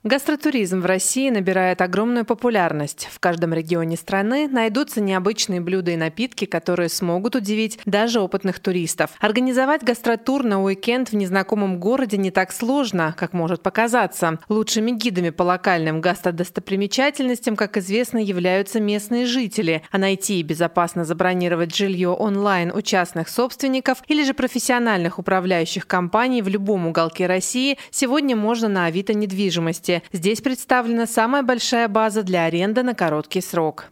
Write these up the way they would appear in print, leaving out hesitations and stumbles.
Гастротуризм в России набирает огромную популярность. В каждом регионе страны найдутся необычные блюда и напитки, которые смогут удивить даже опытных туристов. Организовать гастротур на уикенд в незнакомом городе не так сложно, как может показаться. Лучшими гидами по локальным гастродостопримечательностям, как известно, являются местные жители. А найти и безопасно забронировать жилье онлайн у частных собственников или же профессиональных управляющих компаний в любом уголке России сегодня можно на Авито недвижимости. Здесь представлена самая большая база для аренды на короткий срок.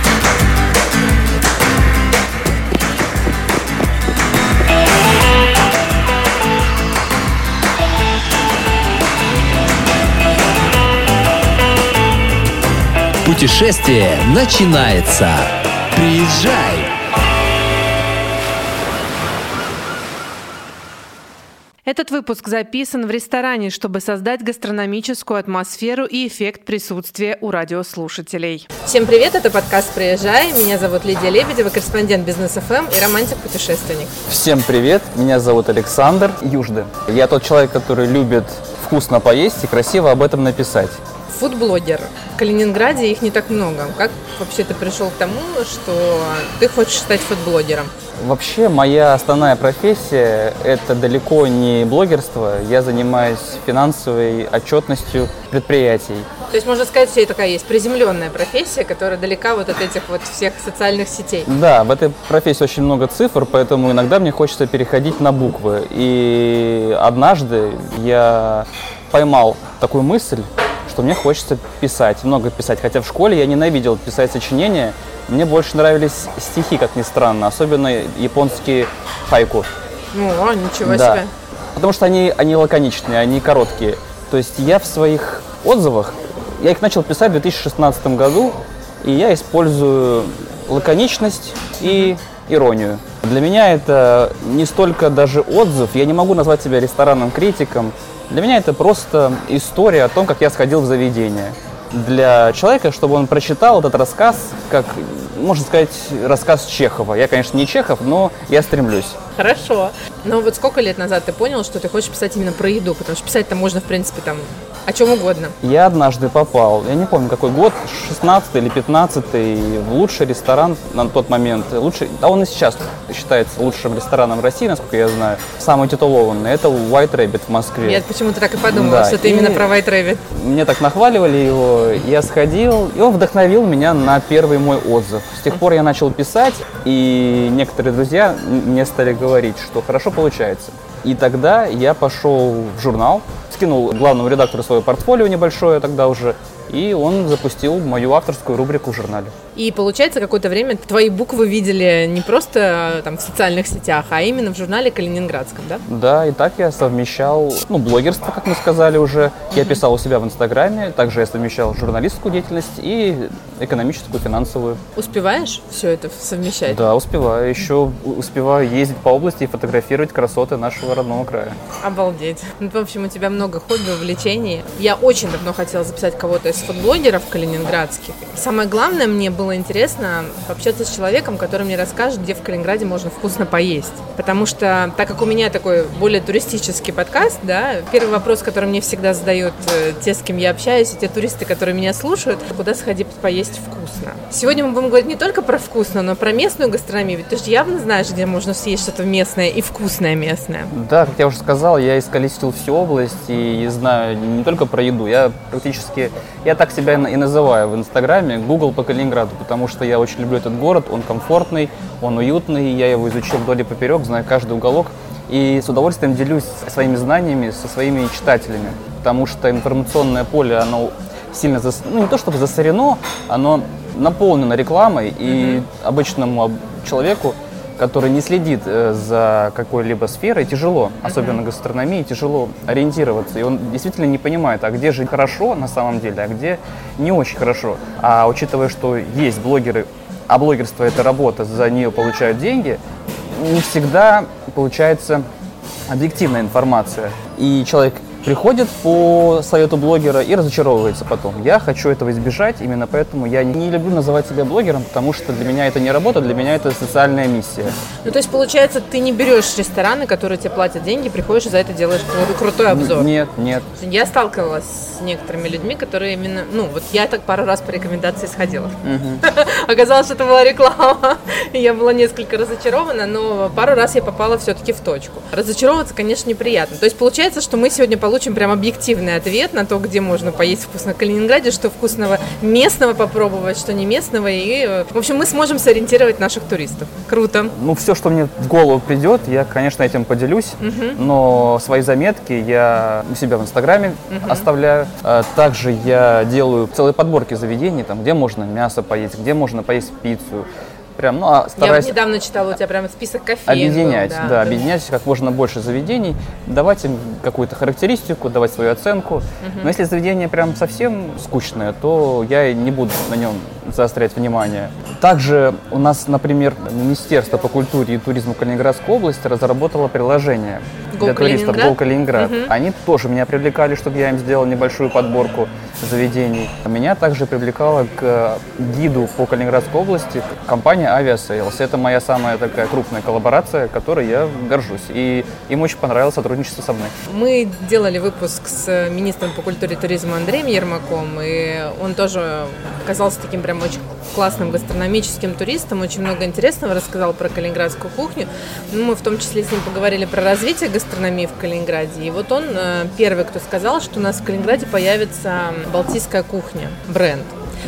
Путешествие начинается. Приезжай! Этот выпуск записан в ресторане, чтобы создать гастрономическую атмосферу и эффект присутствия у радиослушателей. Всем привет, это подкаст «Приезжай». Меня зовут Лидия Лебедева, корреспондент Бизнес ФМ и романтик-путешественник. Всем привет, меня зовут Александр Южды. Я тот человек, который любит вкусно поесть и красиво об этом написать. Фудблогер. В Калининграде их не так много. Как вообще ты пришел к тому, что ты хочешь стать фудблогером? Вообще, моя основная профессия – это далеко не блогерство. Я занимаюсь финансовой отчетностью предприятий. То есть, можно сказать, что такая есть приземленная профессия, которая далека вот от этих вот всех социальных сетей. Да, в этой профессии очень много цифр, поэтому иногда мне хочется переходить на буквы. И однажды я поймал такую мысль, что мне хочется писать, много писать. Хотя в школе я ненавидел писать сочинения. Мне больше нравились стихи, как ни странно, особенно японские хайку. О, ничего да. себе. Потому что они лаконичные, они короткие. То есть я в своих отзывах, я их начал писать в 2016 году, и я использую лаконичность и иронию. Для меня это не столько даже отзыв, я не могу назвать себя ресторанным критиком. Для меня это просто история о том, как я сходил в заведение. Для человека, чтобы он прочитал этот рассказ, как, можно сказать, рассказ Чехова. Я, конечно, не Чехов, но я стремлюсь. Хорошо. Но вот сколько лет назад ты понял, что ты хочешь писать именно про еду? Потому что писать-то можно, в принципе, там, о чем угодно. Я однажды попал, я не помню какой год, 16-й или 15-й, в лучший ресторан на тот момент. Лучший, а он и сейчас считается лучшим рестораном в России, насколько я знаю. Самый титулованный. Это White Rabbit в Москве. Я почему-то так и подумала, да, что ты именно про White Rabbit. Мне так нахваливали его, я сходил, и он вдохновил меня на первый мой отзыв. С тех пор я начал писать, и некоторые друзья мне стали говорить, что хорошо получается. И тогда я пошел в журнал, скинул главному редактору свое портфолио небольшое тогда уже, и он запустил мою авторскую рубрику в журнале. И получается, какое-то время твои буквы видели не просто там в социальных сетях, а именно в журнале Калининградском, да? Да, и так я совмещал, блогерство, как мы сказали уже. Я писал у себя в Инстаграме, также я совмещал журналистскую деятельность и экономическую, финансовую. Успеваешь все это совмещать? Да, успеваю. Еще успеваю ездить по области и фотографировать красоты нашего родного края. Обалдеть. В общем, у тебя много хобби, увлечений. Я очень давно хотела записать кого-то из фудблогеров калининградских. Самое главное, мне было интересно пообщаться с человеком, который мне расскажет, где в Калининграде можно вкусно поесть. Потому что, так как у меня такой более туристический подкаст, да, первый вопрос, который мне всегда задают те, с кем я общаюсь, и те туристы, которые меня слушают, куда сходить поесть вкусно. Сегодня мы будем говорить не только про вкусно, но и про местную гастрономию, ведь ты же явно знаешь, где можно съесть что-то местное и вкусное местное. Да, как я уже сказал, я исколесил всю область и знаю не только про еду, я так себя и называю в Инстаграме, Google по Калининграду, потому что я очень люблю этот город, он комфортный, он уютный, я его изучил вдоль и поперек, знаю каждый уголок и с удовольствием делюсь своими знаниями со своими читателями, потому что информационное поле, оно сильно, не то чтобы засорено, оно наполнено рекламой, и обычному человеку, который не следит за какой-либо сферой, тяжело, особенно гастрономии, тяжело ориентироваться. И он действительно не понимает, а где же хорошо на самом деле, а где не очень хорошо. А учитывая, что есть блогеры, а блогерство – это работа, за нее получают деньги, не всегда получается объективная информация. И человек приходит по совету блогера и разочаровывается потом. Я хочу этого избежать, именно поэтому я не люблю называть себя блогером, потому что для меня это не работа, для меня это социальная миссия. Ну, то есть, получается, ты не берешь рестораны, которые тебе платят деньги, приходишь и за это делаешь крутой обзор? Нет. Я сталкивалась с некоторыми людьми, которые именно... Ну, вот я так пару раз по рекомендации сходила. Оказалось, что это была реклама. Я была несколько разочарована, но пару раз я попала все-таки в точку. Разочаровываться, конечно, неприятно. То есть, получается, что мы сегодня получим прям объективный ответ на то, где можно поесть вкусно в Калининграде, что вкусного местного попробовать, что не местного. И, в общем, мы сможем сориентировать наших туристов. Круто. Ну, все, что мне в голову придет, я, конечно, этим поделюсь, но свои заметки я у себя в Инстаграме оставляю. Также я делаю целые подборки заведений, там, где можно мясо поесть, где можно поесть пиццу. Прям, стараюсь... Я недавно читала у тебя прям список кофеин. Объединять, объединять как можно больше заведений, давать им какую-то характеристику, давать свою оценку. Но если заведение прям совсем скучное, то я не буду на нем заострять внимание. Также у нас, например, Министерство по культуре и туризму Калининградской области разработало приложение для туристов Go Калининград. Они тоже меня привлекали, чтобы я им сделал небольшую подборку заведений. Меня также привлекала к гиду по Калининградской области компания Aviasales. Это моя самая такая крупная коллаборация, которой я горжусь. И им очень понравилось сотрудничество со мной. Мы делали выпуск с министром по культуре и туризму Андреем Ермаком, и он тоже оказался таким прям очень классным гастрономическим туристом, очень много интересного рассказал про калининградскую кухню. Мы в том числе с ним поговорили про развитие гастрономии в Калининграде. И вот он первый, кто сказал, что у нас в Калининграде появится балтийская кухня, бренд,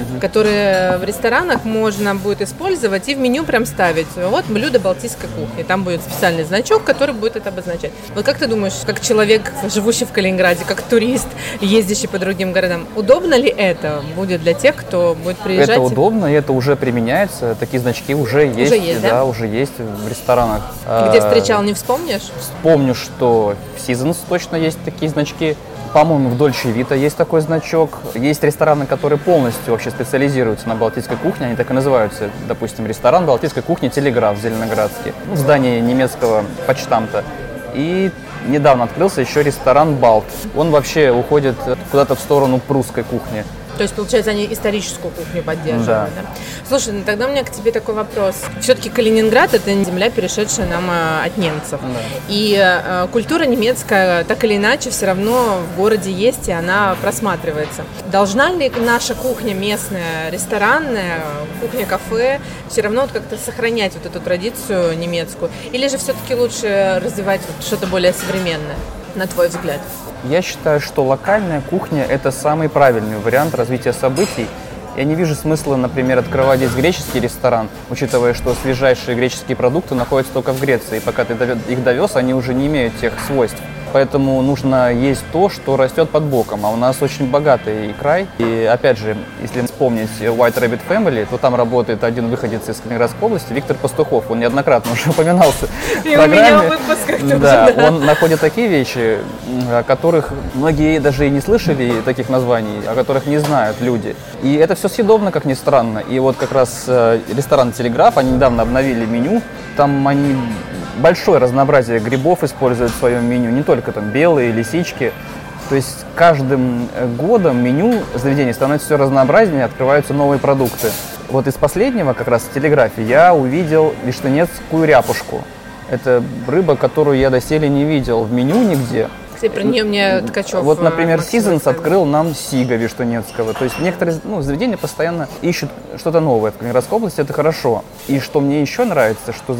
которые в ресторанах можно будет использовать и в меню прям ставить. Вот блюдо балтийской кухни. Там будет специальный значок, который будет это обозначать. Вот как ты думаешь, как человек, живущий в Калининграде, как турист, ездящий по другим городам, удобно ли это будет для тех, кто будет приезжать? Это удобно, и это уже применяется. Такие значки уже есть, да, уже есть в ресторанах. Где встречал, не вспомнишь? Вспомню, что в Seasons точно есть такие значки. По-моему, в Dolce Vita есть такой значок. Есть рестораны, которые полностью вообще специализируются на балтийской кухне. Они так и называются. Допустим, ресторан балтийской кухни «Телеграф» в Зеленоградске. В здании немецкого почтамта. И недавно открылся еще ресторан «Балт». Он вообще уходит куда-то в сторону прусской кухни. То есть, получается, они историческую кухню поддерживают, да? Слушай, ну тогда у меня к тебе такой вопрос. Все-таки Калининград – это земля, перешедшая нам от немцев. Да. И культура немецкая, так или иначе, все равно в городе есть, и она просматривается. Должна ли наша кухня местная, ресторанная, кухня-кафе, все равно вот как-то сохранять вот эту традицию немецкую? Или же все-таки лучше развивать вот что-то более современное, на твой взгляд? Я считаю, что локальная кухня – это самый правильный вариант развития событий. Я не вижу смысла, например, открывать здесь греческий ресторан, учитывая, что свежайшие греческие продукты находятся только в Греции. И пока ты их довез, они уже не имеют тех свойств. Поэтому нужно есть то, что растет под боком. А у нас очень богатый край. И опять же, если вспомнить White Rabbit Family, то там работает один выходец из Калининградской области, Виктор Пастухов. Он неоднократно уже упоминался в программе. И у меня в выпусках тоже, да. Он находит такие вещи, о которых многие даже и не слышали, таких названий, о которых не знают люди. И это все съедобно, как ни странно. И вот как раз ресторан «Телеграф», они недавно обновили меню. Там они большое разнообразие грибов используют в своем меню, не только там белые, лисички. То есть каждым годом меню заведения становится все разнообразнее, открываются новые продукты. Вот из последнего, как раз в «Телеграфе», я увидел вишненецкую ряпушку. Это рыба, которую я доселе не видел в меню нигде. Кстати, про нее мне Ткачев... Вот, например, Seasons открыл нам сига вишненецкого. То есть некоторые заведения постоянно ищут что-то новое в Калининградской области, это хорошо. И что мне еще нравится, что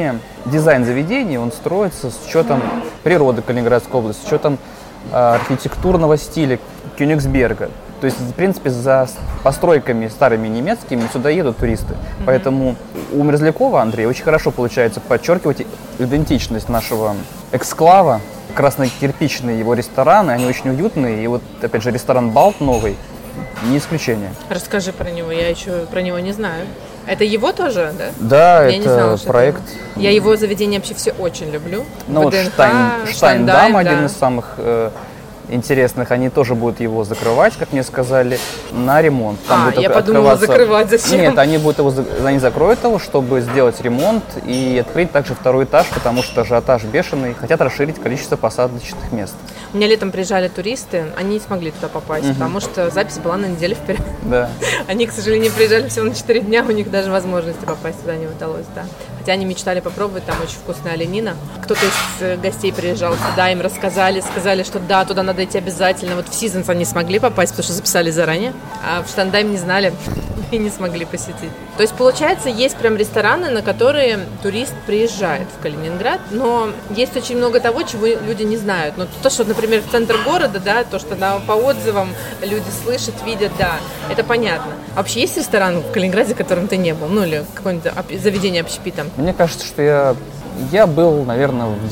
дизайн заведения, он строится с учетом природы Калининградской области, с учетом архитектурного стиля Кёнигсберга. То есть, в принципе, за постройками старыми немецкими сюда едут туристы. Поэтому у Мерзлякова Андрея очень хорошо получается подчеркивать идентичность нашего эксклава. Красно-кирпичные его рестораны, они очень уютные. И вот, опять же, ресторан «Балт» новый, не исключение. Расскажи про него, я еще про него не знаю. Это его тоже, да? Да, я это не знала, проект. Я его заведение вообще все очень люблю. Ну вот Штайндам, один из самых интересных, они тоже будут его закрывать, как мне сказали, на ремонт. Там я подумала, закрывать зачем? Нет, они закроют его, чтобы сделать ремонт и открыть также второй этаж, потому что ажиотаж бешеный, хотят расширить количество посадочных мест. У меня летом приезжали туристы, они не смогли туда попасть, потому что запись была на неделю вперед. Да. Они, к сожалению, приезжали всего на 4 дня, у них даже возможности попасть туда не удалось, да. Хотя они мечтали попробовать, там очень вкусная оленина. Кто-то из гостей приезжал сюда, им рассказали, сказали, что да, туда надо идти обязательно. Вот в Seasons они смогли попасть, потому что записали заранее, а в Штандайм не знали и не смогли посетить. То есть, получается, есть прям рестораны, на которые турист приезжает в Калининград, но есть очень много того, чего люди не знают. Ну, то, что, например, в центр города, да, то, что по отзывам люди слышат, видят, да, это понятно. А вообще есть ресторан в Калининграде, в котором ты не был? Ну, или какое-нибудь заведение общепита? Мне кажется, что я был, наверное, в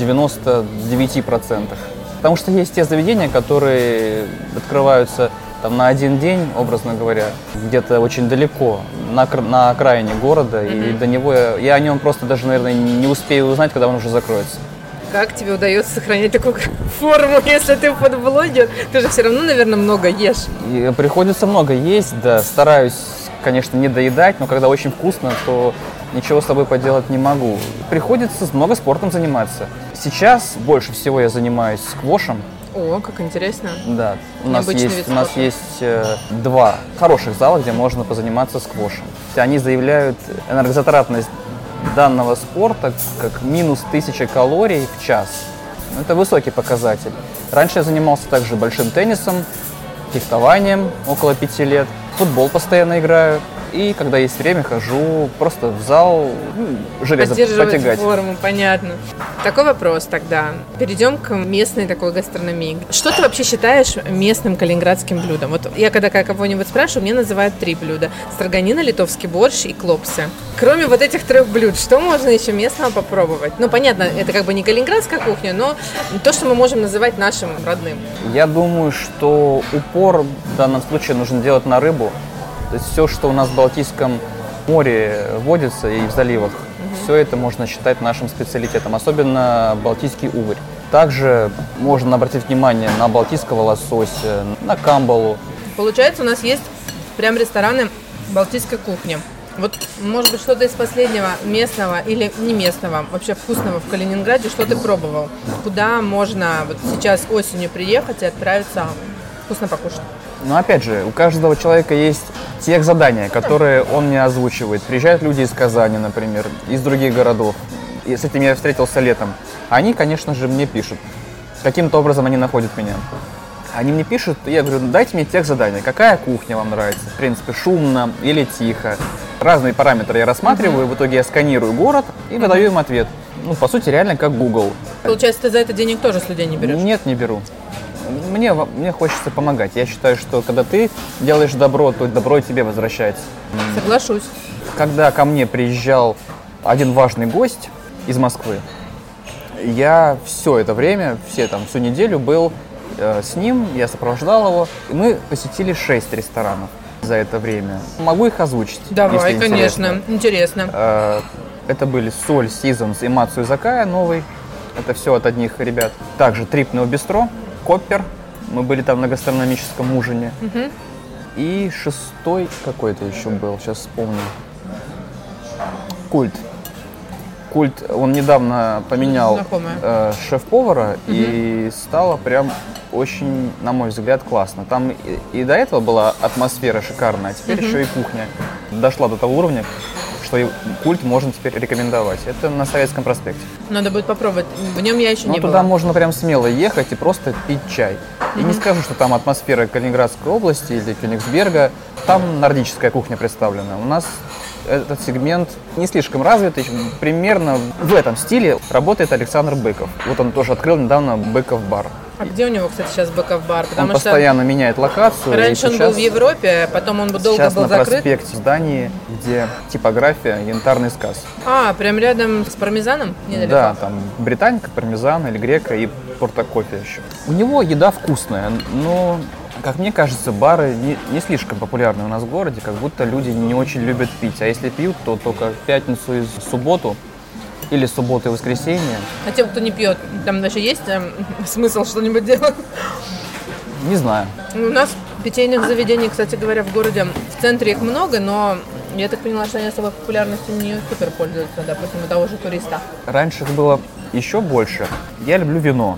99%. Потому что есть те заведения, которые открываются там на один день, образно говоря, где-то очень далеко, на окраине города, и до него я о нем просто даже, наверное, не успею узнать, когда он уже закроется. Как тебе удается сохранять такую форму, если ты фудблогер? Ты же все равно, наверное, много ешь. И приходится много есть, да, стараюсь, конечно, не доедать, но когда очень вкусно, то ничего с собой поделать не могу. Приходится много спортом заниматься. Сейчас больше всего я занимаюсь сквошем. О, как интересно. Да, у нас есть 2 хороших зала, где можно позаниматься сквошем. Они заявляют энергозатратность данного спорта как минус 1000 калорий в час. Это высокий показатель. Раньше я занимался также большим теннисом, фехтованием около 5 лет, в футбол постоянно играю. И когда есть время, хожу просто в зал, железо поддерживать потягать. Форму, понятно. Такой вопрос тогда. Перейдем к местной такой гастрономии. Что ты вообще считаешь местным калининградским блюдом? Вот я когда кого-нибудь спрашиваю, мне называют 3 блюда. Строганина, литовский борщ и клопсы. Кроме вот этих 3 блюд, что можно еще местного попробовать? Ну, понятно, это как бы не калининградская кухня, но то, что мы можем называть нашим родным. Я думаю, что упор в данном случае нужно делать на рыбу. То есть все, что у нас в Балтийском море водится и в заливах, все это можно считать нашим специалитетом, особенно балтийский угорь. Также можно обратить внимание на балтийского лосося, на камбалу. Получается, у нас есть прям рестораны балтийской кухни. Вот, может быть, что-то из последнего местного или не местного, вообще вкусного в Калининграде, что ты пробовал? Куда можно вот сейчас осенью приехать и отправиться вкусно покушать? Но опять же, у каждого человека есть тех задания, которые он не озвучивает. Приезжают люди из Казани, например, из других городов. И с этим я встретился летом. Они, конечно же, мне пишут. Каким-то образом они находят меня. Они мне пишут, и я говорю, дайте мне тех заданий. Какая кухня вам нравится? В принципе, шумно или тихо. Разные параметры я рассматриваю, в итоге я сканирую город и выдаю им ответ. Ну, по сути, реально как Google. Получается, ты за это денег тоже с людей не берешь? Нет, не беру. Мне хочется помогать. Я считаю, что когда ты делаешь добро, то добро и тебе возвращается. Соглашусь. Когда ко мне приезжал один важный гость из Москвы, я все это время, всю неделю был с ним, я сопровождал его, и мы посетили 6 ресторанов за это время. Могу их озвучить. Давай, если конечно, интересно. Это были Соль, Seasons и Мацу Изакая новый. Это все от одних ребят. Также Трипного бистро, Коппер. Мы были там на гастрономическом ужине. И 6-й какой-то еще был, сейчас вспомню. Культ. Он недавно поменял шеф-повара, и стало прям очень, на мой взгляд, классно. Там и до этого была атмосфера шикарная, а теперь еще и кухня дошла до того уровня, что и Культ можно теперь рекомендовать. Это на Советском проспекте. Надо будет попробовать. В нем я еще не была. Туда можно прям смело ехать и просто пить чай. И не скажу, что там атмосфера Калининградской области или Кёнигсберга. Там нордическая кухня представлена. У нас этот сегмент не слишком развитый. Примерно в этом стиле работает Александр Быков. Вот он тоже открыл недавно Быков бар. А где у него, кстати, сейчас Быков бар? Он постоянно меняет локацию. Раньше он был в Европе, потом он долго был закрыт. Сейчас на проспекте в здании, где типография «Янтарный сказ». А, прям рядом с пармезаном? Недалеко. Да, там британика, пармезан или грека и портокофе еще. У него еда вкусная, но, как мне кажется, бары не слишком популярны у нас в городе, как будто люди не очень любят пить. А если пьют, то только в пятницу и субботу. Или субботу и воскресенье. А тем, кто не пьет, там даже есть смысл что-нибудь делать? Не знаю. У нас питейных заведений, кстати говоря, в городе, в центре их много, но я так поняла, что они особой популярностью не супер пользуются, допустим, у того же туриста. Раньше их было еще больше. Я люблю вино.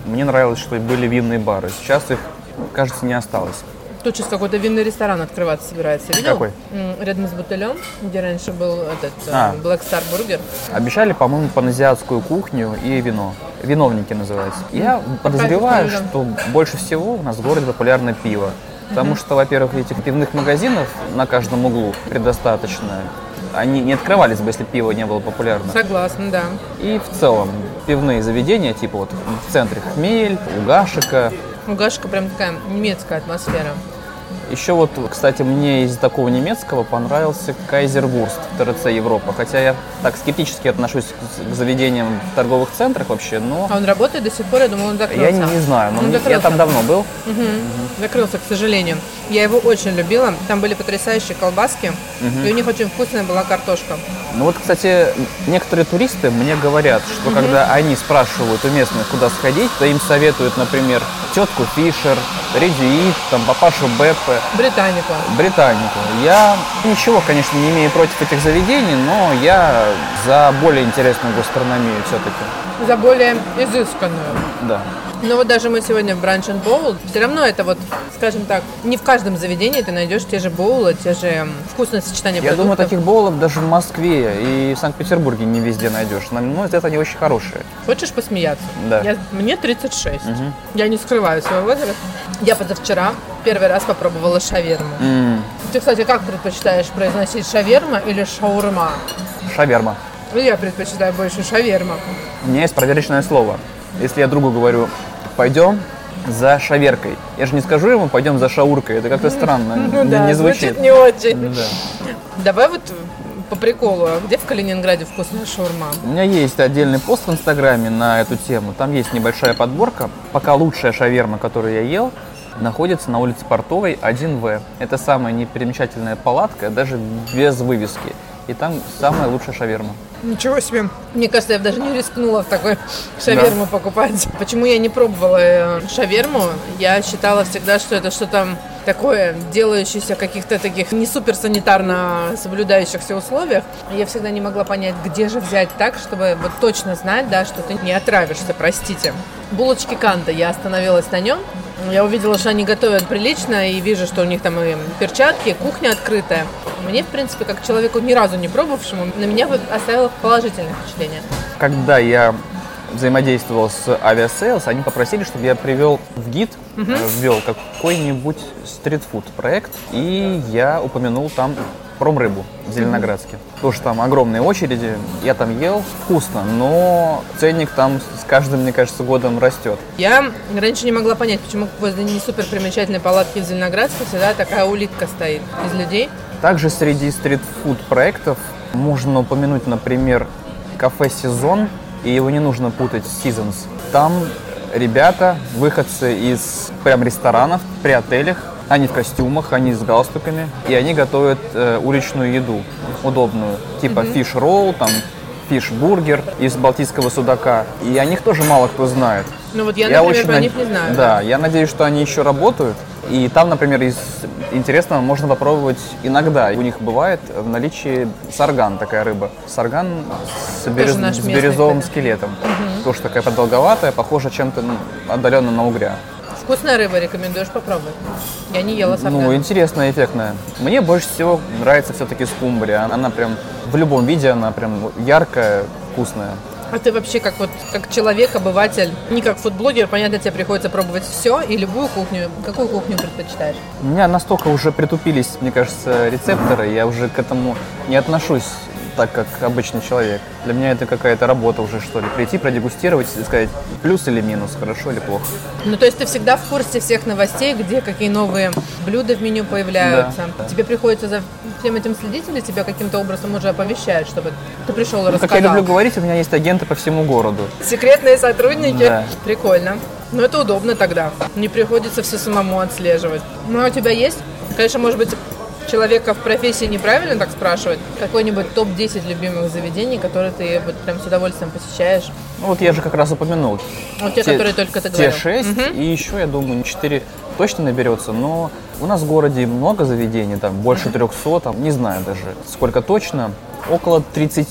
мне нравилось, что были винные бары. Сейчас их, кажется, не осталось. Тут сейчас какой-то винный ресторан открываться собирается. Видел? Какой? Рядом с бутылем, где раньше был этот Black Star Burger. Обещали, по-моему, паназиатскую кухню и вино. Виновники называется. Я подозреваю, что больше всего у нас в городе популярно пиво. Потому что, во-первых, этих пивных магазинов на каждом углу предостаточно. Они не открывались бы, если пиво не было популярно. Согласна, да. И в целом пивные заведения, типа вот в центре Хмель, у Гашика. У Гашика прям такая немецкая атмосфера. Еще вот, кстати, мне из такого немецкого понравился Кайзервурст в ТРЦ Европа. Хотя я так скептически отношусь к заведениям в торговых центрах вообще, но... А он работает до сих пор? Я думала, он закрылся. Я не знаю, но я там давно был. Закрылся, к сожалению. Я его очень любила. Там были потрясающие колбаски, и у них очень вкусная была картошка. Ну вот, кстати, некоторые туристы мне говорят, что когда они спрашивают у местных, куда сходить, то им советуют, например, тетку Фишер, Редюит, там, папашу Беппе. Британику. Я ничего, конечно, не имею против этих заведений, но я за более интересную гастрономию все-таки. За более изысканную. Да. Но вот даже мы сегодня в Brunch and Bowl, все равно это вот, скажем так, не в каждом заведении ты найдешь те же боулы, те же вкусные сочетания продуктов. Я думаю, таких боулов даже в Москве и в Санкт-Петербурге не везде найдешь. На мой взгляд, они очень хорошие. Хочешь посмеяться? Да. Мне 36. Я не скрываю свой возраст. Я позавчера первый раз попробовала шаверму. Ты, кстати, как предпочитаешь произносить, шаверма или шаурма? Шаверма. Я предпочитаю больше шаверма. У меня есть проверочное слово. Если я другу говорю, пойдем за шаверкой, я же не скажу ему, пойдем за шауркой. Это как-то странно, не звучит. Не очень. Да. Давай вот по приколу, где в Калининграде вкусная шаурма? У меня есть отдельный пост в Инстаграме на эту тему. Там есть небольшая подборка. Пока лучшая шаверма, которую я ел, находится на улице Портовой 1В. Это самая непримечательная палатка, даже без вывески. И там самая лучшая шаверма. Ничего себе. Мне кажется, я бы даже не рискнула в такой шаверму покупать. Почему я не пробовала шаверму? Я считала всегда, что это что-то такое, делающееся в каких-то таких не супер санитарно соблюдающихся условиях. Я всегда не могла понять, где же взять так, чтобы вот точно знать, да, что ты не отравишься, простите. Булочки Канта, я остановилась на нем. Я увидела, что они готовят прилично, и вижу, что у них там и перчатки, и кухня открытая. Мне, в принципе, как человеку ни разу не пробовавшему, на меня оставило положительное впечатление. Когда я взаимодействовал с Aviasales, они попросили, чтобы я привел в гид, ввел какой-нибудь стритфуд проект, и я упомянул там промрыбу в Зеленоградске. Потому что там огромные очереди, я там ел, вкусно, но ценник там с каждым, мне кажется, годом растет. Я раньше не могла понять, почему возле не супер примечательной палатки в Зеленоградске всегда такая улитка стоит из людей. Также среди стритфуд проектов можно упомянуть, например, кафе «Сезон», и его не нужно путать с «Seasons». Там ребята, выходцы из прям ресторанов, при отелях, они в костюмах, они с галстуками, и они готовят уличную еду, удобную, типа фиш-ролл, там, фиш-бургер из балтийского судака. И о них тоже мало кто знает. Ну вот я, например, про них не знаю. Да, я надеюсь, что они еще работают. И там, например, из интересного можно попробовать иногда. У них бывает в наличии сарган, такая рыба. Сарган с бирюзовым скелетом. Тоже такая продолговатая, похожа чем-то отдаленно на угря. Вкусная рыба, рекомендуешь попробовать? Я не ела сарган. Ну, интересная, эффектная. Мне больше всего нравится все-таки скумбрия. Она прям в любом виде, она прям яркая, вкусная. А ты вообще как человек, обыватель, не как фудблогер, понятно, тебе приходится пробовать все и любую кухню. Какую кухню предпочитаешь? У меня настолько уже притупились, мне кажется, рецепторы, я уже к этому не отношусь так, как обычный человек. Для меня это какая-то работа уже, что ли. Прийти, продегустировать и сказать, плюс или минус, хорошо или плохо. Ну, то есть ты всегда в курсе всех новостей, где какие новые блюда в меню появляются. Да. Тебе приходится за всем этим следить или тебя каким-то образом уже оповещают, чтобы ты пришел и рассказал? Как я люблю говорить, у меня есть агенты по всему городу. Секретные сотрудники? Да. Прикольно. Ну, это удобно тогда. Не приходится все самому отслеживать. Ну, а у тебя есть? Конечно, может быть, человека в профессии неправильно так спрашивать. Какой-нибудь топ-10 любимых заведений, которые ты вот прям с удовольствием посещаешь? Ну, вот я же как раз упомянул. Вот те, которые только ты говорил. Те 6, и еще, я думаю, 4 точно наберется. Но у нас в городе много заведений, там больше 300, там, не знаю даже сколько точно. Около 30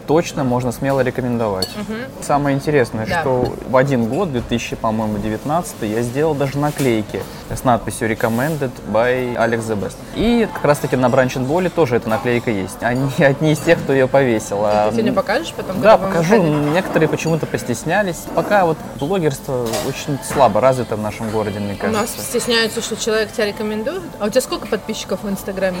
точно можно смело рекомендовать. Самое интересное, Да. что в один год, 2019, я сделал даже наклейки с надписью «Recommended by Alex the Best». И как раз-таки на Branch and Ball тоже эта наклейка есть. Они одни из тех, кто ее повесил. Ты сегодня покажешь потом? Да, когда будем покажу. выходить? Некоторые почему-то постеснялись. Пока вот блогерство очень слабо развито в нашем городе, мне У нас кажется. стесняются, что человек тебя рекомендует. А у тебя сколько подписчиков в Инстаграме?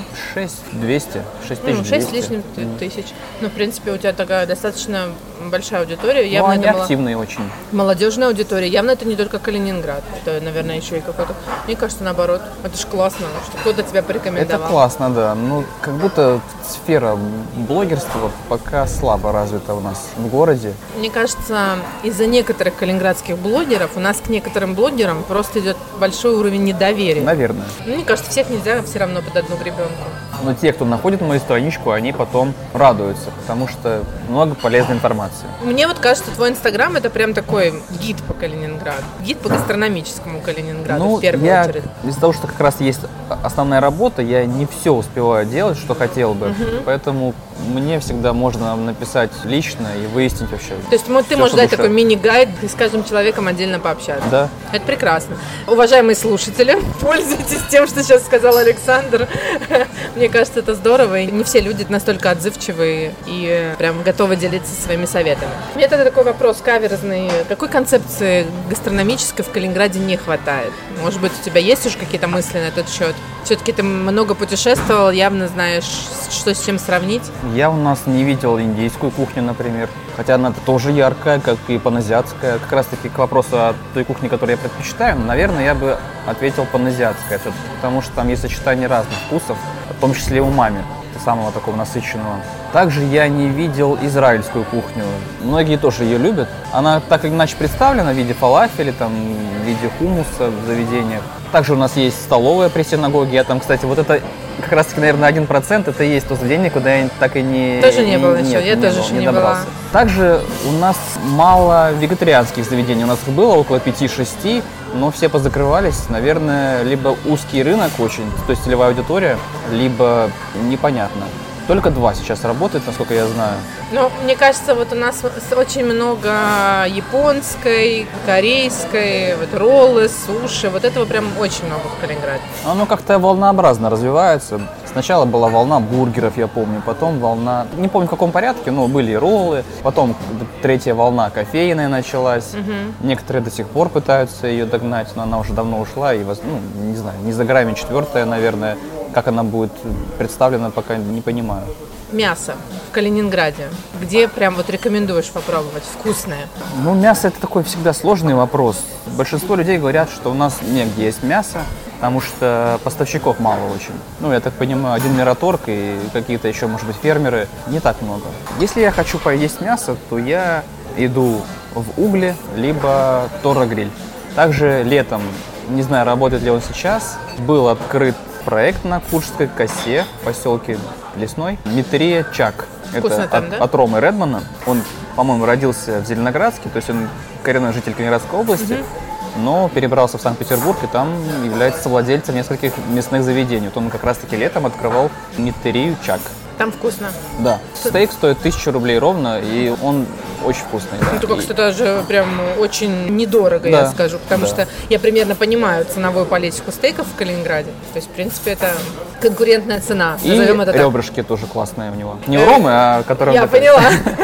6200, 6200. 6 с лишним тысяч. Ну, в принципе, у тебя такая достаточно большая аудитория. Ну, Явно они это активные очень. молодежная аудитория. Явно это не только Калининград. Это, наверное, еще и какой-то... Мне кажется, наоборот. Это ж классно, что кто-то тебя порекомендовал. Это классно, да. Ну, как будто сфера блогерства пока слабо развита у нас в городе. Мне кажется, из-за некоторых калининградских блогеров у нас к некоторым блогерам просто идет большой уровень недоверия. Наверное. Ну, мне кажется, всех нельзя все равно под одну гребенку. Но те, кто находит мою страничку, они потом радуются, потому что много полезной информации. Мне вот кажется, твой Инстаграм это прям такой гид по Калининграду. Гид по гастрономическому Калининграду в первую очередь. Из-за того, что как раз есть основная работа, я не все успеваю делать, что хотел бы. Поэтому мне всегда можно написать лично и выяснить вообще. То есть ты можешь дать такой мини-гайд и с каждым человеком отдельно пообщаться. Да. Это прекрасно. Уважаемые слушатели, пользуйтесь тем, что сейчас сказал Александр. Мне кажется, это здорово. И не все люди настолько отзывчивые и прям готовы делиться своими советами. У меня тогда такой вопрос каверзный. Какой концепции гастрономической в Калининграде не хватает? Может быть, у тебя есть уже какие-то мысли на этот счет? Все-таки ты много путешествовал, явно знаешь, что с чем сравнить. Я у нас не видел индийскую кухню, например. Хотя она тоже яркая, как и паназиатская. Как раз таки к вопросу о той кухне, которую я предпочитаю, наверное, я бы ответил паназиатская все-таки, потому что там есть сочетание разных вкусов, в том числе умами, самого такого насыщенного. Также я не видел израильскую кухню. Многие тоже ее любят. Она так или иначе представлена в виде фалафеля, там, в виде хумуса в заведениях. Также у нас есть столовая при синагоге. Я там, кстати, вот это как раз таки, наверное, 1% это и есть то заведение, куда я так и не... Тоже не было еще, я тоже еще не была. Также у нас мало вегетарианских заведений. У нас их было около 5-6, но все позакрывались. Наверное, либо узкий рынок очень, то есть целевая аудитория, либо непонятно. Только 2 сейчас работает, насколько я знаю. Ну, мне кажется, вот у нас очень много японской, корейской, вот роллы, суши. Вот этого прям очень много в Калининграде. Оно как-то волнообразно развивается. Сначала была волна бургеров, я помню, потом волна... Не помню в каком порядке, но были роллы. Потом 3-я волна кофейная началась. Некоторые до сих пор пытаются ее догнать, но она уже давно ушла. И, не знаю, не за горами 4-я, наверное. Как она будет представлена, пока не понимаю. Мясо в Калининграде. Где прям вот рекомендуешь попробовать? Вкусное. Ну, мясо – это такой всегда сложный вопрос. Большинство людей говорят, что у нас негде есть мясо, потому что поставщиков мало очень. Ну, я так понимаю, один Мираторг и какие-то еще, может быть, фермеры. Не так много. Если я хочу поесть мясо, то я иду в Угли, либо Торро Гриль. Также летом, не знаю, работает ли он сейчас, был открыт проект на Куршской косе в поселке Лесной. Митерия Чак. Вкусно Это там, да? от Ромы Редмана. Он, по-моему, родился в Зеленоградске, то есть он коренной житель Калининградской области, но перебрался в Санкт-Петербург и там является совладельцем нескольких мясных заведений. Вот он как раз-таки летом открывал Митерию Чак. Там вкусно. Да. Стейк стоит 1000 рублей ровно, и он очень вкусный. Да. Ну, только, кстати, даже прям очень недорого, Да, я скажу, потому да. что я примерно понимаю ценовую политику стейков в Калининграде. То есть, в принципе, это конкурентная цена. И назовем это так. ребрышки тоже классные у него. Не у Ромы, а которые... Я поняла.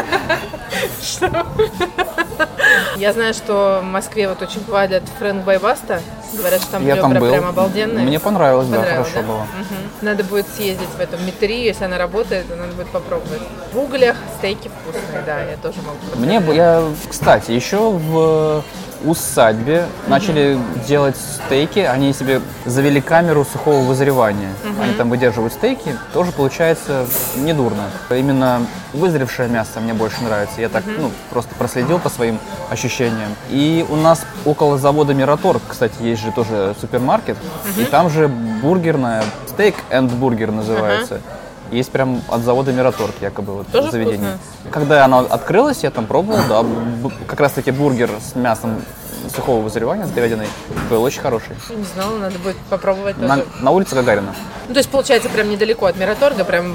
Я знаю, что в Москве вот очень хвалят Фрэнк Байбаста. Говорят, что там Я ребра там был. прям обалденные. Мне понравилось, да, Понравилось, хорошо было. Надо будет съездить в эту Митерию, если она работает, то надо будет попробовать. В Углях стейки вкусные, да, я тоже могу подтвердить. Кстати, еще в усадьбе начали делать стейки, они себе завели камеру сухого вызревания. Они там выдерживают стейки, тоже получается недурно. Именно вызревшее мясо мне больше нравится. Я так, просто проследил по своим ощущениям. И у нас около завода Мираторг, кстати, есть же тоже супермаркет, и там же бургерная, стейк энд бургер называется. Есть прям от завода Мираторг, якобы, вот тоже заведение. вкусно? Когда она открылась, я там пробовал, да, как раз таки бургер с мясом сухого вызревания, с говядиной, был очень хороший. Не знала, надо будет попробовать тоже. На улице Гагарина. Ну, то есть, получается, прям недалеко от Мираторга, прям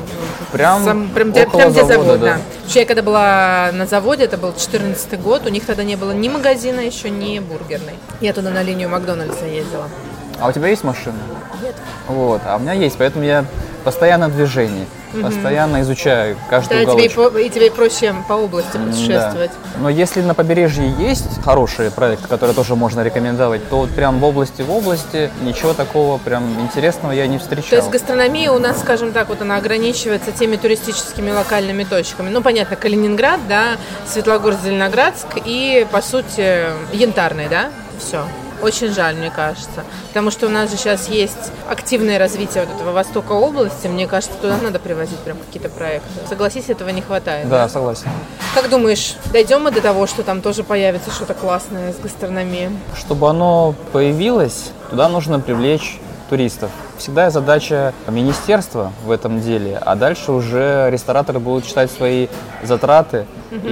около где завода, завод, да. Потому что я когда была на заводе, это был 2014 год, у них тогда не было ни магазина еще, ни бургерной. Я туда на линию Макдональдса ездила. А у тебя есть машина? Нет. Вот, а у меня есть, поэтому я постоянно в движении, постоянно изучаю каждый Да, уголочек. и тебе проще по области путешествовать. Да. Но если на побережье есть хорошие проекты, которые тоже можно рекомендовать, то вот прям в области ничего такого прям интересного я не встречал. То есть гастрономия у нас, скажем так, вот она ограничивается теми туристическими локальными точками. Ну, понятно, Калининград, да, Светлогорск, Зеленоградск и, по сути, Янтарный, да, все. Очень жаль, мне кажется. Потому что у нас же сейчас есть активное развитие вот этого востока области. Мне кажется, туда надо привозить прям какие-то проекты. Согласись, этого не хватает. Да, согласен. Как думаешь, дойдем мы до того, что там тоже появится что-то классное с гастрономией? Чтобы оно появилось, туда нужно привлечь туристов. Всегда задача министерства в этом деле, а дальше уже рестораторы будут считать свои затраты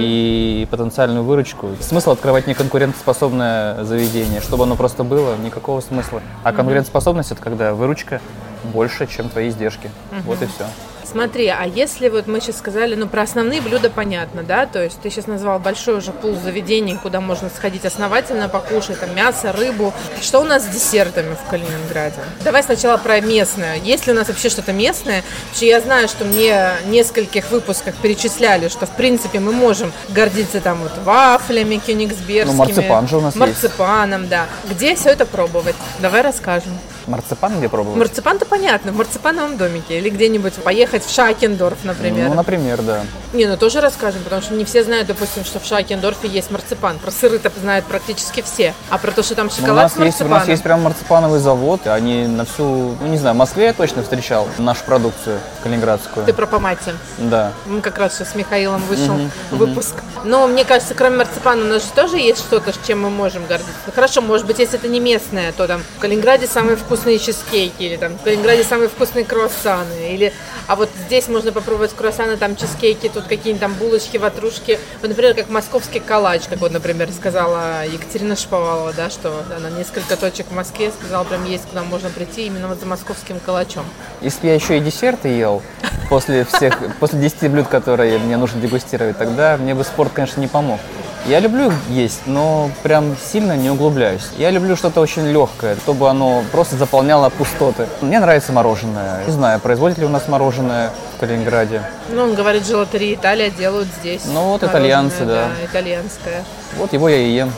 и потенциальную выручку. Смысл открывать неконкурентоспособное заведение, чтобы оно просто было, никакого смысла. А конкурентоспособность – это когда выручка больше, чем твои издержки. Вот и все. Смотри, а если вот мы сейчас сказали, ну, про основные блюда понятно, да, то есть ты сейчас назвал большой уже пул заведений, куда можно сходить основательно покушать, там, мясо, рыбу. Что у нас с десертами в Калининграде? Давай сначала про местное. Есть ли у нас вообще что-то местное? Потому что я знаю, что мне в нескольких выпусках перечисляли, что, в принципе, мы можем гордиться там вот вафлями кёнигсбергскими. Ну, марципан же у нас есть. Марципаном, да. Где все это пробовать? Давай расскажем. Марципан где пробовать? Марципан-то понятно, в марципановом домике. Или где-нибудь поехать в Шакендорф, например. Ну, например, да. Не, ну тоже расскажем, потому что не все знают, допустим, что в Шакендорфе есть марципан. Про сыры-то знают практически все. А про то, что там шоколад с марципаном... У нас есть прям марципановый завод, они на всю, ну не знаю, в Москве я точно встречал нашу продукцию калининградскую. Ты про Помати. Да. Мы как раз сейчас с Михаилом вышел выпуск. Но мне кажется, кроме марципана у нас же тоже есть что-то, с чем мы можем гордиться. Ну, хорошо, может быть, если это не местное, то там в Калининграде самые вкусные чизкейки, или там в Калининграде самые вкусные круассаны, или... А вот здесь можно попробовать круассаны, там чизкейки, тут какие-нибудь там булочки, ватрушки. Вот, например, как московский калач, как вот, например, сказала Екатерина Шаповалова, да, что она несколько точек в Москве сказала, прям есть, куда можно прийти именно вот за московским калачом. Если бы я еще и десерты ел после 10 блюд, которые мне нужно дегустировать, тогда мне бы спорт, конечно, не помог. Я люблю есть, но прям сильно не углубляюсь. Я люблю что-то очень легкое, чтобы оно просто заполняло пустоты. Мне нравится мороженое. Не знаю, производят ли у нас мороженое в Калининграде. Ну, он говорит, желатерия Италия делают здесь. Ну, вот мороженое, итальянцы, да. Итальянское. Вот его я и ем.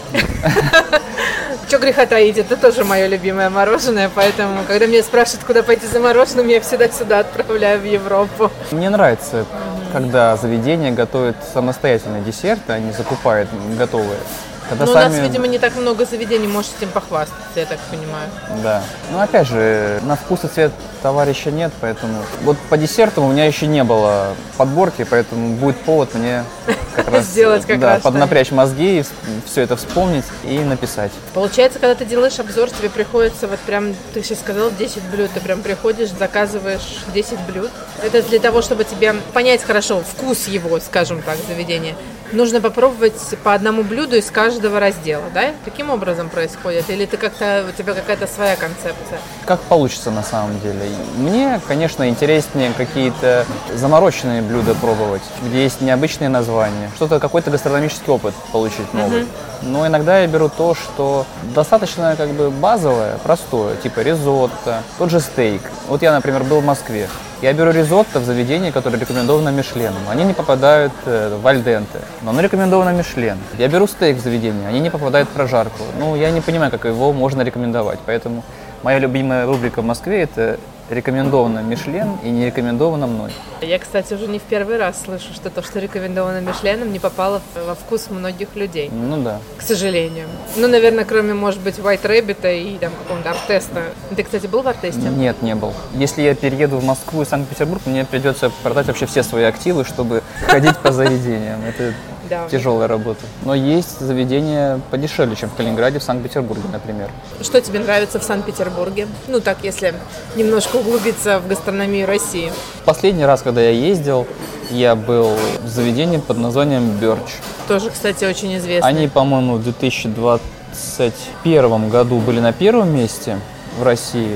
Че греха таить, это тоже мое любимое мороженое, поэтому, когда меня спрашивают, куда пойти за мороженым, я всегда сюда отправляю, в Европу. Мне нравится, когда заведение готовит самостоятельные десерты, а не закупает готовые. Когда Но сами... у нас, видимо, не так много заведений, может этим похвастаться, я так понимаю. Да. Ну, опять же, на вкус и цвет товарища нет, поэтому... Вот по десертам у меня еще не было подборки, поэтому будет повод мне как раз... Сделать как раз. Поднапрячь мозги, все это вспомнить и написать. Получается, когда ты делаешь обзор, тебе приходится вот прям, ты сейчас сказал 10 блюд, ты прям приходишь, заказываешь 10 блюд. Это для того, чтобы тебе понять хорошо вкус его, скажем так, заведения. Нужно попробовать по одному блюду из каждого раздела, да? Таким образом происходит? Или ты как-то, у тебя какая-то своя концепция? Как получится на самом деле. Мне, конечно, интереснее какие-то замороченные блюда пробовать, где есть необычные названия, что-то, какой-то гастрономический опыт получить новый. Но иногда я беру то, что достаточно как бы базовое, простое, типа ризотто, тот же стейк. Вот я, например, был в Москве. Я беру ризотто в заведении, которое рекомендовано Мишленом. Они не попадают в альденте, но оно рекомендовано Мишлен. Я беру стейк в заведении, они не попадают в прожарку. Ну, я не понимаю, как его можно рекомендовать. Поэтому моя любимая рубрика в Москве – это рекомендовано Мишлен и не рекомендовано мной. Я, кстати, уже не в первый раз слышу, что то, что рекомендовано Мишленом, не попало во вкус многих людей. Ну да. К сожалению. Ну, наверное, кроме, может быть, White Rabbit и там какого-то Артеста. Ты, кстати, был в Артесте? Нет, не был. Если я перееду в Москву и Санкт-Петербург, мне придется продать вообще все свои активы, чтобы ходить по заведениям. Это тяжелая работа. Но есть заведения подешевле, чем в Калининграде, в Санкт-Петербурге, например. Что тебе нравится в Санкт-Петербурге? Ну, так, если немножко углубиться в гастрономию России. Последний раз, когда я ездил, я был в заведении под названием Бёрч. Тоже, кстати, очень известно. Они, по-моему, в 2021 году были на первом месте в России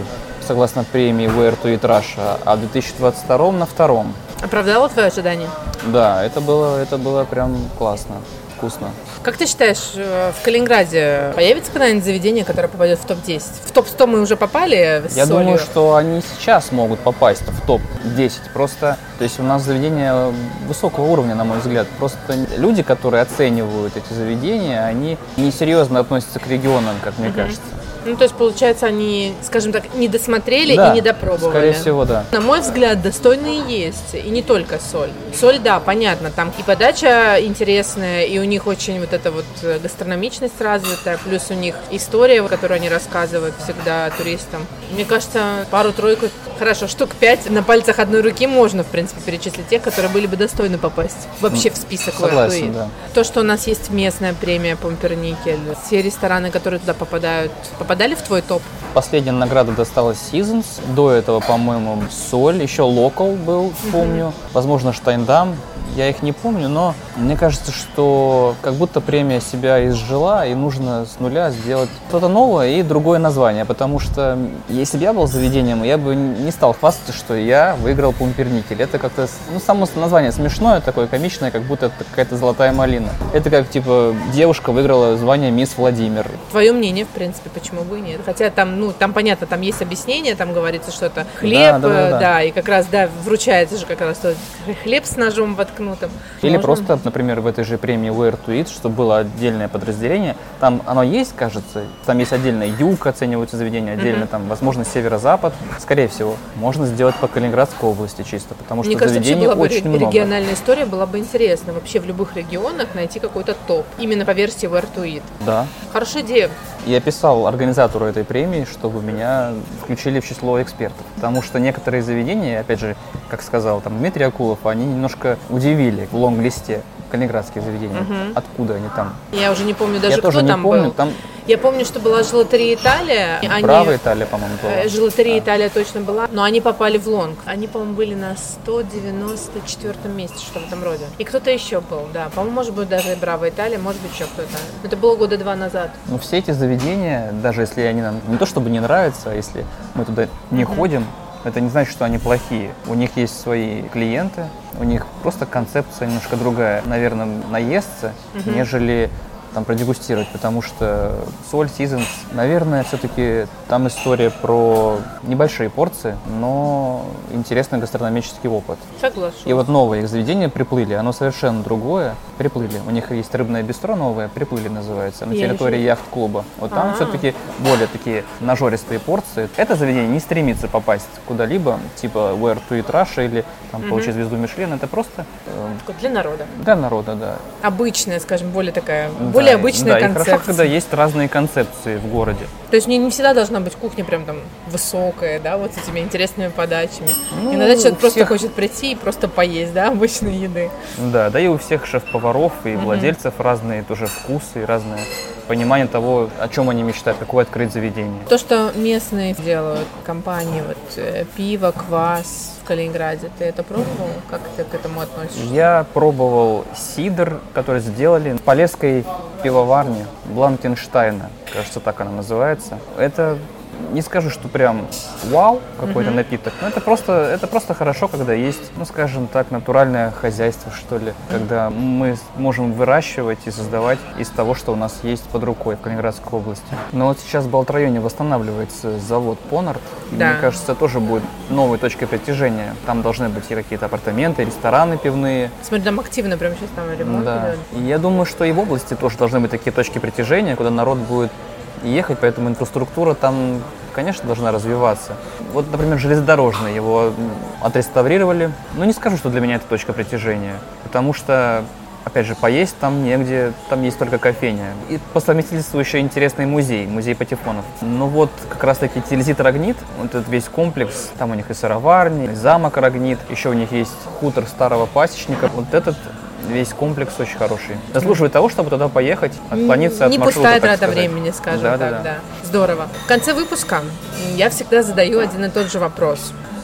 согласно премии Where to Eat Russia, а в 2022 на втором. Оправдало твое ожидание? Да, это было прям классно, вкусно. Как ты считаешь, в Калининграде появится когда-нибудь заведение, которое попадет в топ-10? В топ-100 мы уже попали с Я солью? думаю, что они сейчас могут попасть в топ-10. Просто, то есть у нас заведения высокого уровня, на мой взгляд. Просто люди, которые оценивают эти заведения, они несерьезно относятся к регионам, как мне кажется. Ну, то есть, получается, они, скажем так, не досмотрели Да, и не допробовали. скорее всего, да. На мой взгляд, достойные есть. И не только соль. Соль, да, понятно, там и подача интересная, и у них очень вот эта вот гастрономичность развитая, плюс у них история, которую они рассказывают всегда туристам. Мне кажется, пару-тройку, хорошо, штук 5 на пальцах одной руки можно, в принципе, перечислить тех, которые были бы достойны попасть вообще в список Согласен, Where to Eat. да. То, что у нас есть местная премия Пумперникель, все рестораны, которые туда попадают, попадали в твой топ? Последняя награда досталась Seasons. До этого, по-моему, Соль. Еще Local был, помню. Возможно, Штайндам. Я их не помню, но мне кажется, что как будто премия себя изжила, и нужно с нуля сделать что-то новое и другое название. Потому что если бы я был заведением, я бы не стал хвастаться, что я выиграл Пумперникель. Это как-то, само название смешное, такое комичное, как будто это какая-то золотая малина. Это как, типа, девушка выиграла звание Мисс Владимир. Твое мнение, в принципе, почему бы и нет. Хотя там, там понятно, там есть объяснение, там говорится, что это хлеб, да, и как раз, да, вручается же как раз тот хлеб с ножом воткнутым. Или просто, например, в этой же премии Where to Eat, чтобы было отдельное подразделение, там оно есть, кажется, там есть отдельно юг, оцениваются заведения, отдельно там, возможно, северо-запад. Скорее всего, можно сделать по Калининградской области чисто, потому что заведений очень много. Региональная история была бы интересна. Вообще в любых регионах найти какой-то топ. Именно по версии Where to Eat. Да. Хорошая идея. Я писал организатору этой премии, чтобы меня включили в число экспертов. Потому что некоторые заведения, опять же, как сказал там Дмитрий Акулов, они немножко удивили в лонг-листе калининградские заведения. Откуда они там? Я уже не помню даже, Я кто тоже там не помню, был. там Я помню, что была Желатерия Италия. Браво Италия, по-моему, была. Желатерия Италия точно была, но они попали в лонг. Они, по-моему, были на 194 месте, что в этом роде. И кто-то еще был, да. По-моему, может быть, даже Браво Италия, может быть, еще кто-то. Это было года 2 назад. Но все эти заведения, даже если они нам не то чтобы не нравятся, а если мы туда не ходим, это не значит, что они плохие. У них есть свои клиенты, у них просто концепция немножко другая. Наверное, наесться, нежели там продегустировать, потому что Соль, Seasons, наверное, все-таки там история про небольшие порции, но интересный гастрономический опыт. Согласен. И вот новые их заведения приплыли, оно совершенно другое. Приплыли. У них есть рыбное бистро новое, приплыли называется, на территории яхт-клуба. Вот там все-таки более такие нажористые порции. Это заведение не стремится попасть куда-либо, типа Where to Eat Russia или там, получить звезду Мишлен. Это просто для народа. Для народа, да. Обычная, скажем, более такая, более обычная концепция. И хорошо, когда есть разные концепции в городе. То есть не всегда должна быть кухня прям там высокая, да, вот с этими интересными подачами. Иногда человек просто хочет прийти и просто поесть, да, обычной еды. Да, да и у всех шеф-поваров и владельцев разные тоже вкусы и разное понимание того, о чем они мечтают, какое открыть заведение. То, что местные делают, компании, вот пиво, квас в Калининграде, ты это пробовал? Как ты к этому относишься? Я пробовал сидр, который сделали в Полесской пивоварне Бланкенштайна, кажется, так она называется. Это не скажу, что прям вау какой-то напиток, но это просто хорошо, когда есть, ну скажем так, натуральное хозяйство, что ли, когда мы можем выращивать и создавать из того, что у нас есть под рукой в Калининградской области. Но вот сейчас в Балт-районе восстанавливается завод Понарт, да. Мне кажется, тоже будет новой точкой притяжения. Там должны быть и какие-то апартаменты, рестораны пивные. Смотри, там активно прямо сейчас там ремонт. Да. И я думаю, что и в области тоже должны быть такие точки притяжения, куда народ будет ехать, поэтому инфраструктура там, конечно, должна развиваться. Вот, например, железнодорожный, его отреставрировали. Но не скажу, что для меня это точка притяжения, потому что, опять же, поесть там негде, там есть только кофейня. И по совместительству еще интересный музей патефонов. Но вот как раз-таки Тильзит Рогнит, вот этот весь комплекс, там у них и сыроварни, и замок Рогнит, еще у них есть хутор старого пасечника. Вот этот весь комплекс очень хороший. Заслуживает того, чтобы туда поехать, отклониться от маршрута, не пустая трата времени, скажем так, да. Здорово. В конце выпуска я всегда задаю один и тот же вопрос.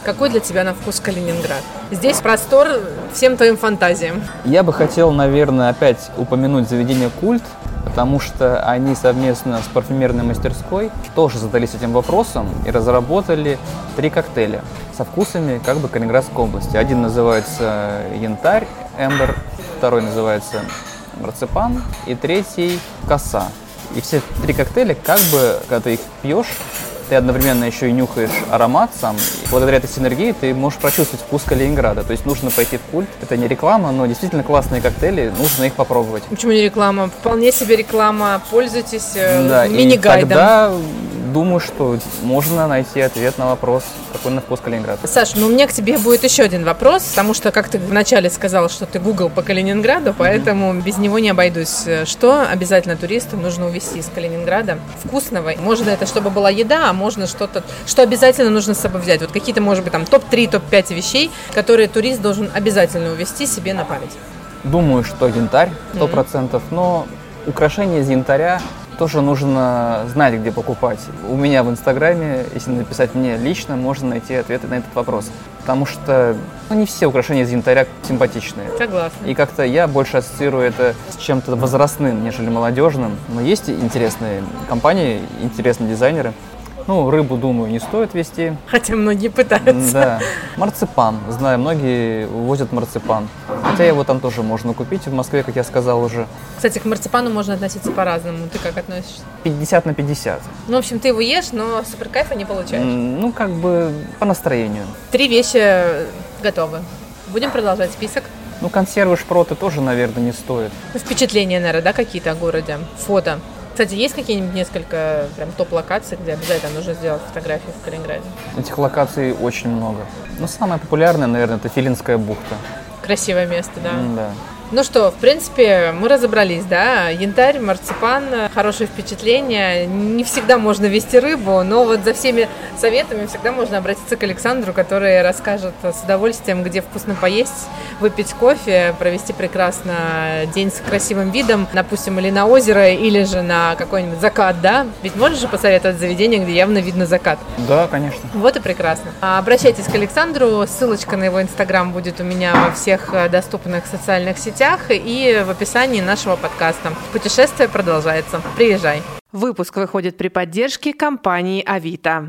Какой для тебя на вкус Калининград? Здесь простор всем твоим фантазиям. Я бы хотел, наверное, опять упомянуть заведение «Культ», потому что они совместно с парфюмерной мастерской тоже задались этим вопросом и разработали 3 коктейля со вкусами как бы Калининградской области. Один называется «Янтарь», «Эмбер», второй называется «Марципан» и третий «Коса». И все 3 коктейля, как бы, когда ты их пьешь, ты одновременно еще и нюхаешь аромат сам. И благодаря этой синергии ты можешь прочувствовать вкус Калининграда. То есть нужно пойти в «Культ». Это не реклама, но действительно классные коктейли, нужно их попробовать. Почему не реклама? Вполне себе реклама. Пользуйтесь Да, мини-гайдом. И тогда думаю, что можно найти ответ на вопрос, какой на вкус Калининград. Саш, у меня к тебе будет еще один вопрос, потому что, как ты вначале сказал, что ты гугл по Калининграду, поэтому без него не обойдусь. Что обязательно туристу нужно увезти из Калининграда вкусного? Можно это, чтобы была еда, а можно что-то, что обязательно нужно с собой взять. Вот какие-то, может быть, там топ-3, топ-5 вещей, которые турист должен обязательно увезти себе на память. Думаю, что янтарь 100%, но украшения из янтаря тоже нужно знать, где покупать. У меня в Инстаграме, если написать мне лично, можно найти ответы на этот вопрос. Потому что не все украшения из янтаря симпатичные. Согласна. И как-то я больше ассоциирую это с чем-то возрастным, нежели молодежным. Но есть интересные компании, интересные дизайнеры. Рыбу, думаю, не стоит везти. Хотя многие пытаются. Да. Марципан. Знаю, многие возят марципан. Хотя его там тоже можно купить в Москве, как я сказал уже. Кстати, к марципану можно относиться по-разному. Ты как относишься? 50 на 50. В общем, ты его ешь, но супер кайфа не получаешь. Как бы по настроению. 3 вещи готовы. Будем продолжать список. Консервы, шпроты тоже, наверное, не стоит. Впечатления, наверное, да, какие-то о городе? Фото. Кстати, есть какие-нибудь несколько прям топ-локаций, где обязательно нужно сделать фотографии в Калининграде? Этих локаций очень много. Самая популярная, наверное, это Филинская бухта. Красивое место, да? Да. Ну что, в принципе, мы разобрались, да? Янтарь, марципан, хорошее впечатление. Не всегда можно вести рыбу, но вот за всеми советами всегда можно обратиться к Александру, который расскажет с удовольствием, где вкусно поесть, выпить кофе, провести прекрасно день с красивым видом, допустим, или на озеро, или же на какой-нибудь закат, да? Ведь можешь же посоветовать заведение, где явно видно закат? Да, конечно. Вот и прекрасно. Обращайтесь к Александру, ссылочка на его инстаграм будет у меня во всех доступных социальных сетях и в описании нашего подкаста. Путешествие продолжается. Приезжай. Выпуск выходит при поддержке компании Авито.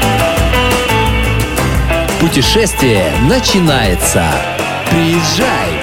Путешествие начинается. Приезжай!